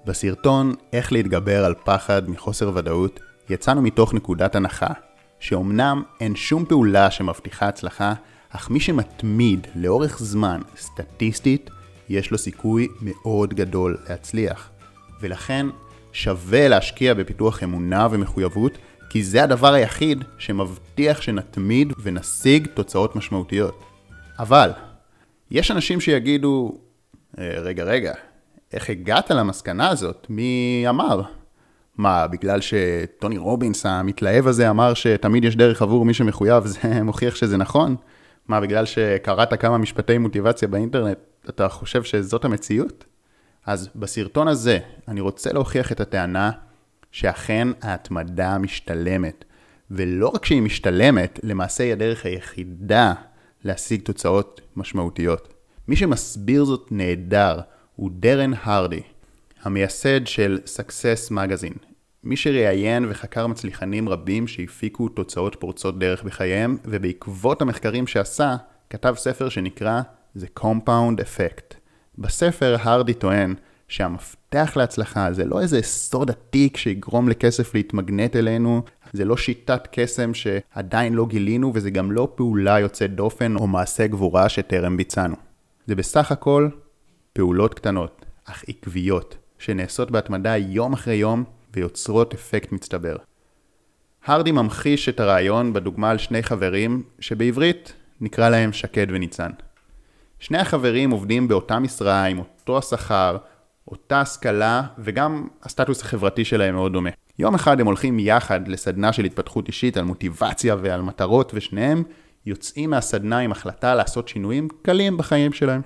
בסרטון איך להתגבר על פחד מחוסר ודאות, יצאנו מתוך נקודת הנחה, שאומנם אין שום פעולה שמבטיחה הצלחה, אך מי שמתמיד לאורך זמן סטטיסטית, יש לו סיכוי מאוד גדול להצליח. ולכן שווה להשקיע בפיתוח אמונה ומחויבות, כי זה הדבר היחיד שמבטיח שנתמיד ונשיג תוצאות משמעותיות. אבל יש אנשים שיגידו, רגע, איך הגעת למסקנה הזאת? מי אמר? מה, בגלל שטוני רובינס המתלהב הזה אמר שתמיד יש דרך עבור מי שמחויב, זה מוכיח שזה נכון? מה, בגלל שקראת כמה משפטי מוטיבציה באינטרנט, אתה חושב שזאת המציאות? אז בסרטון הזה אני רוצה להוכיח את הטענה שאכן ההתמדה משתלמת, ולא רק שהיא משתלמת, למעשה היא הדרך היחידה להשיג תוצאות משמעותיות. מי שמסביר זאת נהדר הוא דרן הרדי, המייסד של Success Magazine. מי שראיין וחקר מצליחנים רבים שהפיקו תוצאות פורצות דרך בחייהם, ובעקבות המחקרים שעשה, כתב ספר שנקרא The Compound Effect. בספר הרדי טוען שהמפתח להצלחה זה לא איזה סוד עתיק שיגרום לכסף להתמגנט אלינו, זה לא שיטת קסם שעדיין לא גילינו, וזה גם לא פעולה יוצאת דופן או מעשה גבורה שטרם ביצענו. זה בסך הכל פעולות קטנות, אך עקביות, שנעשות בהתמדה יום אחרי יום ויוצרות אפקט מצטבר. הרדי ממחיש את הרעיון בדוגמה על שני חברים שבעברית נקרא להם שקד וניצן. שני החברים עובדים באותה משרה עם אותו השכר, אותה השכלה, וגם הסטטוס החברתי שלהם מאוד דומה. יום אחד הם הולכים יחד לסדנה של התפתחות אישית על מוטיבציה ועל מטרות, ושניהם יוצאים מהסדנה עם החלטה לעשות שינויים קלים בחיים שלהם.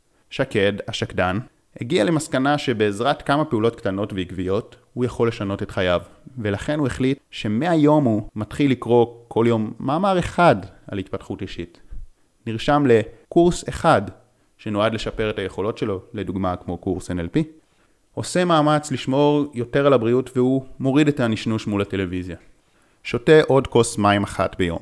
שקד, השקדן, הגיע למסקנה שבעזרת כמה פעולות קטנות ועקביות, הוא יכול לשנות את חייו. ולכן הוא החליט שמהיום הוא מתחיל לקרוא כל יום מאמר אחד על התפתחות אישית. נרשם לקורס אחד שנועד לשפר את היכולות שלו, לדוגמה כמו קורס NLP. עושה מאמץ לשמור יותר על הבריאות והוא מוריד את הנשנוש מול הטלוויזיה. שותה עוד כוס מים אחת ביום.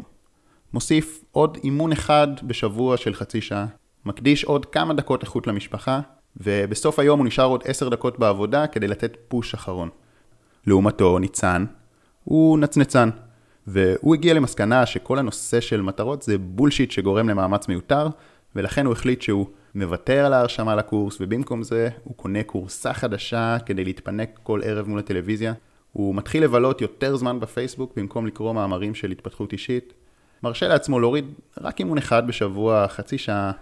מוסיף עוד אימון אחד בשבוע של חצי שעה. מקדיש עוד כמה דקות איכות למשפחה, ובסוף היום הוא נשאר עוד 10 דקות בעבודה כדי לתת פוש אחרון. לעומתו, ניצן, הוא נצנצן, והוא הגיע למסקנה שכל הנושא של מטרות זה בולשיט שגורם למאמץ מיותר, ולכן הוא החליט שהוא מוותר על ההרשמה לקורס, ובמקום זה הוא קונה קורסה חדשה כדי להתפנק כל ערב מול הטלוויזיה. הוא מתחיל לבלות יותר זמן בפייסבוק במקום לקרוא מאמרים של התפתחות אישית. מרשה לעצמו להוריד רק אימון אחד בשבוע, חצי שעה.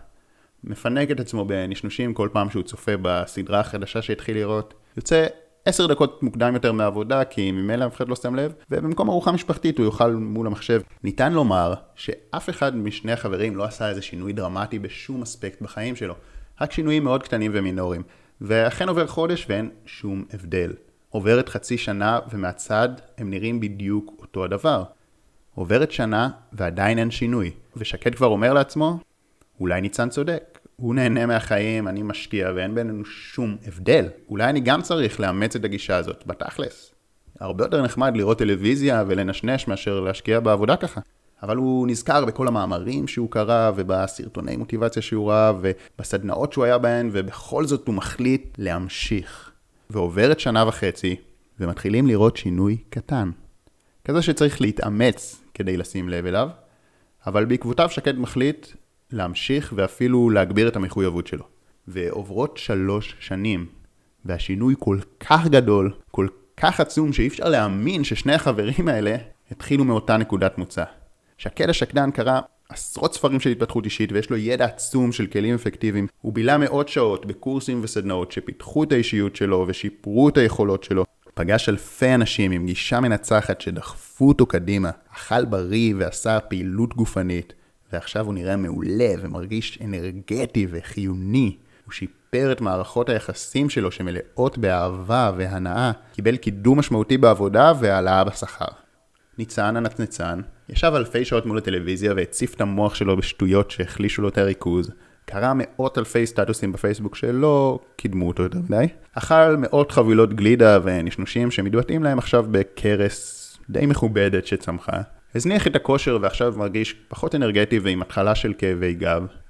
מפנק את עצמו בנשנושים כל פעם שהוא צופה בסדרה החדשה שהתחיל לראות. יוצא 10 דקות מוקדם יותר מהעבודה, כי ממילא אף אחד לא שם לב, ובמקום ארוחה משפחתית הוא יוכל מול המחשב. ניתן לומר שאף אחד משני החברים לא עשה איזה שינוי דרמטי בשום אספקט בחיים שלו. רק שינויים מאוד קטנים ומינוריים. ואכן עובר חודש ואין שום הבדל. עוברת חצי שנה ומהצד הם נראים בדיוק אותו הדבר. עוברת שנה ועדיין אין שינוי. ושקד כבר אומר לעצמו, אולי ניצן צודק. הוא נהנה מהחיים, אני משקיע ואין בינינו שום הבדל. אולי אני גם צריך לאמץ את הגישה הזאת, בתכלס. הרבה יותר נחמד לראות טלוויזיה ולנשנש מאשר להשקיע בעבודה ככה. אבל הוא נזכר בכל המאמרים שהוא קרא ובסרטוני מוטיבציה שהוא ראה ובסדנאות שהוא היה בהן, ובכל זאת הוא מחליט להמשיך. ועוברת שנה וחצי ומתחילים לראות שינוי קטן. כזה שצריך להתאמץ כדי לשים לב אליו, אבל בעקבותיו שקד מחליט להמשיך ואפילו להגביר את המחויבות שלו. ועוברות 3 שנים, והשינוי כל כך גדול, כל כך עצום, שאי אפשר להאמין ששני החברים האלה התחילו מאותה נקודת מוצא. שקד השקדן קרא עשרות ספרים של התפתחות אישית, ויש לו ידע עצום של כלים אפקטיביים. הוא בילה מאות שעות בקורסים וסדנאות שפיתחו את האישיות שלו ושיפרו את היכולות שלו. פגש אלפי אנשים עם גישה מנצחת שדחפו אותו קדימה, אכל בריא ועשה פעילות גופנית. ועכשיו הוא נראה מעולה ומרגיש אנרגטי וחיוני. הוא שיפר את מערכות היחסים שלו שמלאות באהבה והנאה, קיבל קידום משמעותי בעבודה והעלאה בשכר. ניצן הנצנצן ישב אלפי שעות מול הטלוויזיה והציף את המוח שלו בשטויות שהחלישו לו את הריכוז, קרא מאות אלפי סטטוסים בפייסבוק שלא קידמו אותו יותר מדי, אכל מאות חבילות גלידה ונשנושים שמתבטאים להם עכשיו בקרס די מכובדת שצמחה, הזניח את הכושר ועכשיו מרגיש פחות אנרגטי ועם התחלה של כאבי גב.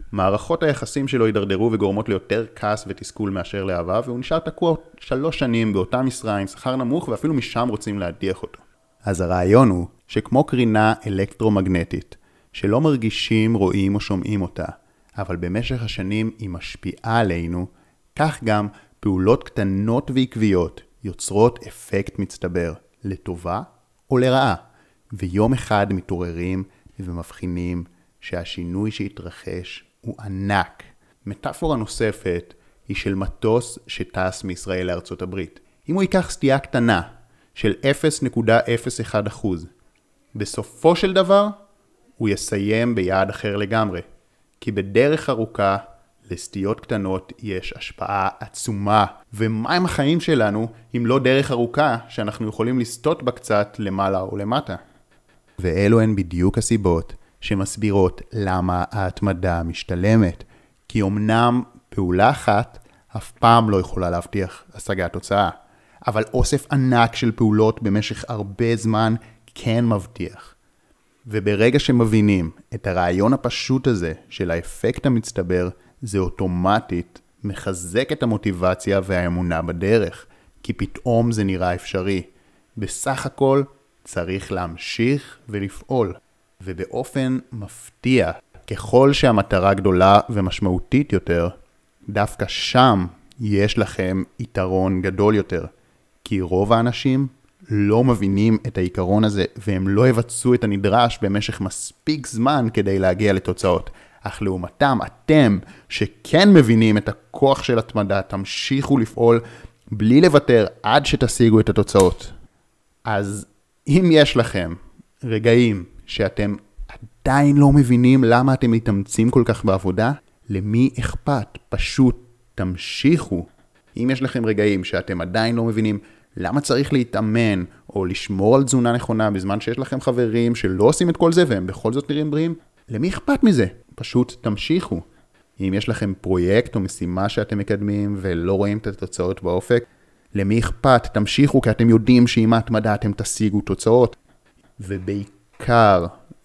מערכות היחסים שלו יידרדרו וגורמות ליותר כעס ותסכול מאשר לאהבה, והוא נשאר תקוע 3 שנים באותה משרה עם שכר נמוך, ואפילו משם רוצים להדיח אותו. אז הרעיון הוא שכמו קרינה אלקטרומגנטית, שלא מרגישים, רואים או שומעים אותה, אבל במשך השנים היא משפיעה עלינו, כך גם פעולות קטנות ועקביות יוצרות אפקט מצטבר, לטובה או לרעה, ויום אחד מתעוררים ומבחינים שהשינוי שהתרחש הוא ענק. מטאפורה נוספת היא של מטוס שטס מישראל לארצות הברית. אם הוא ייקח סטייה קטנה של 0.01%, בסופו של דבר הוא יסיים ביעד אחר לגמרי, כי בדרך ארוכה לסטיות קטנות יש השפעה עצומה. ומה עם החיים שלנו אם לא דרך ארוכה שאנחנו יכולים לסטות בה קצת למעלה או למטה? ואלו הן בדיוק הסיבות שמסבירות למה ההתמדה משתלמת. כי אמנם פעולה אחת אף פעם לא יכולה להבטיח השגת תוצאה, אבל אוסף ענק של פעולות במשך הרבה זמן כן מבטיח. וברגע שמבינים את הרעיון הפשוט הזה של האפקט המצטבר, זה אוטומטית מחזק את המוטיבציה והאמונה בדרך, כי פתאום זה נראה אפשרי. בסך הכל צריך להמשיך ולפעול. ובאופן מפתיע, ככל שהמטרה גדולה ומשמעותית יותר, דווקא שם יש לכם יתרון גדול יותר. כי רוב האנשים לא מבינים את העיקרון הזה, והם לא יבצעו את הנדרש במשך מספיק זמן כדי להגיע לתוצאות. אך לעומתם, אתם שכן מבינים את הכוח של התמדה, תמשיכו לפעול בלי לוותר עד שתשיגו את התוצאות. אז אם יש לכם רגעים שאתם עדיין לא מבינים למה אתם מתאמצים כל כך בעבודה, למי אכפת? פשוט תמשיכו. אם יש לכם רגעים שאתם עדיין לא מבינים למה צריך להתאמן או לשמור על תזונה נכונה בזמן שיש לכם חברים שלא עושים את כל זה והם בכל זאת נראים בריאים, למי אכפת מזה? פשוט תמשיכו. אם יש לכם פרויקט או משימה שאתם מקדמים ולא רואים את התוצאות באופק, למי אכפת? תמשיכו, כי אתם יודעים שעם ההתמדה אתם תשיגו תוצאות. ובעיקר,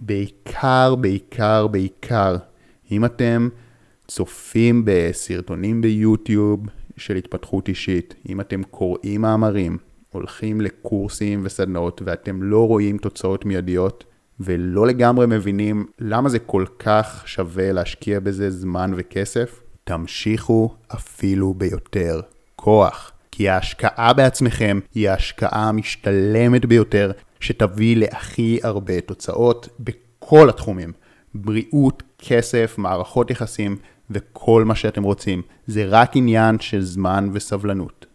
בעיקר, אם אתם צופים בסרטונים ביוטיוב של התפתחות אישית, אם אתם קוראים מאמרים, הולכים לקורסים וסדנאות ואתם לא רואים תוצאות מיידיות ולא לגמרי מבינים למה זה כל כך שווה להשקיע בזה זמן וכסף, תמשיכו אפילו ביותר כוח. כי ההשקעה בעצמכם היא ההשקעה המשתלמת ביותר שתביא להכי הרבה תוצאות בכל התחומים. בריאות, כסף, מערכות יחסים וכל מה שאתם רוצים. זה רק עניין של זמן וסבלנות.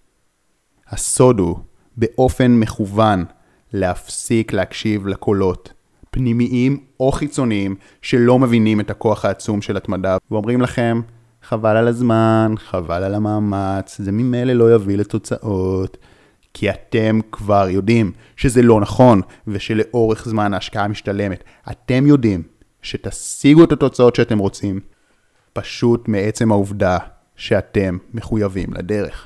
הסוד הוא באופן מכוון להפסיק להקשיב לקולות פנימיים או חיצוניים שלא מבינים את הכוח העצום של התמדה ואומרים לכם חבל על הזמן, חבל על המאמץ, זה ממילא לא יביא לתוצאות, כי אתם כבר יודעים שזה לא נכון ושלאורך זמן ההשקעה משתלמת. אתם יודעים שתשיגו את התוצאות שאתם רוצים פשוט מעצם העובדה שאתם מחויבים לדרך.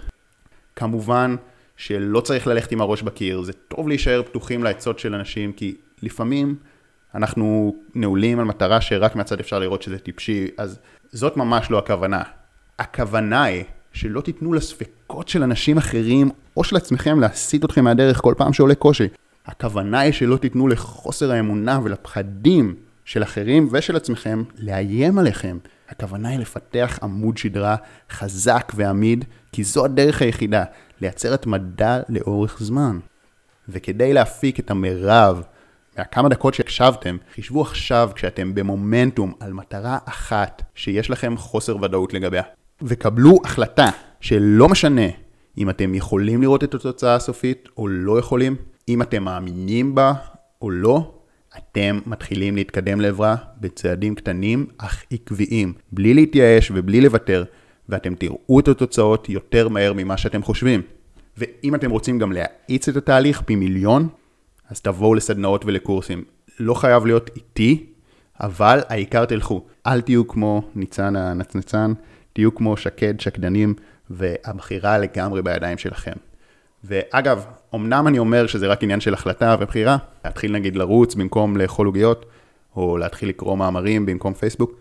כמובן שלא צריך ללכת עם הראש בקיר, זה טוב להישאר פתוחים לעצות של אנשים, כי לפעמים אנחנו נעולים על מטרה שרק מהצד אפשר לראות שזה טיפשי, אז זאת ממש לא הכוונה. הכוונה היא שלא תיתנו לספקות של אנשים אחרים או של עצמכם להסיט אתכם מהדרך כל פעם שעולה קושי. הכוונה היא שלא תיתנו לחוסר האמונה ולפחדים של אחרים ושל עצמכם לאיים עליכם. הכוונה היא לפתח עמוד שדרה חזק ועמיד, כי זו הדרך היחידה, לייצר התמדה לאורך זמן. וכדי להפיק את המרב מהכמה דקות שהקשבתם, חישבו עכשיו כשאתם במומנטום על מטרה אחת שיש לכם חוסר ודאות לגביה. וקבלו החלטה שלא משנה אם אתם יכולים לראות את התוצאה הסופית או לא יכולים, אם אתם מאמינים בה או לא, אתם מתחילים להתקדם לעברה בצעדים קטנים אך עקביים, בלי להתייאש ובלי לוותר, ואתם תראו את התוצאות יותר מהר ממה שאתם חושבים. ואם אתם רוצים גם להאיץ את התהליך פי מיליון, אז תבואו לסדנאות ולקורסים. לא חייב להיות איתי, אבל העיקר תלכו. אל תהיו כמו ניצן הנצנצן, תהיו כמו שקד, שקדנים, והבחירה לגמרי בידיים שלכם. ואגב, אמנם אני אומר שזה רק עניין של החלטה ובחירה, להתחיל נגיד לרוץ במקום לאכול עוגיות, או להתחיל לקרוא מאמרים במקום פייסבוק,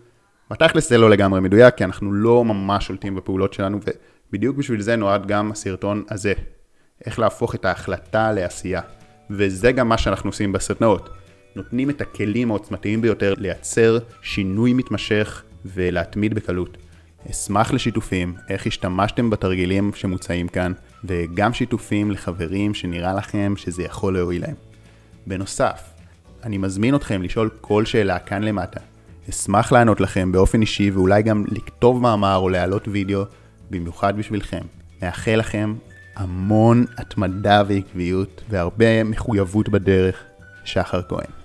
בתכלס זה לא לגמרי מדויק, כי אנחנו לא ממש שולטים בפעולות שלנו, ובדיוק בשביל זה נועד גם הסרטון הזה. איך להפוך את ההחלטה לעשייה. וזה גם מה שאנחנו עושים בסדנאות. נותנים את הכלים העוצמתיים ביותר לייצר שינוי מתמשך ולהתמיד בקלות. אשמח לשיתופים, איך השתמשתם בתרגילים שמוצאים כאן, וגם שיתופים לחברים שנראה לכם שזה יכול להועיל להם. בנוסף, אני מזמין אתכם לשאול כל שאלה כאן למטה. אשמח לענות לכם באופן אישי ואולי גם לכתוב מאמר או להעלות וידאו במיוחד בשבילכם. מאחל לכם המון התמדה ועקביות והרבה מחויבות בדרך. שחר כהן.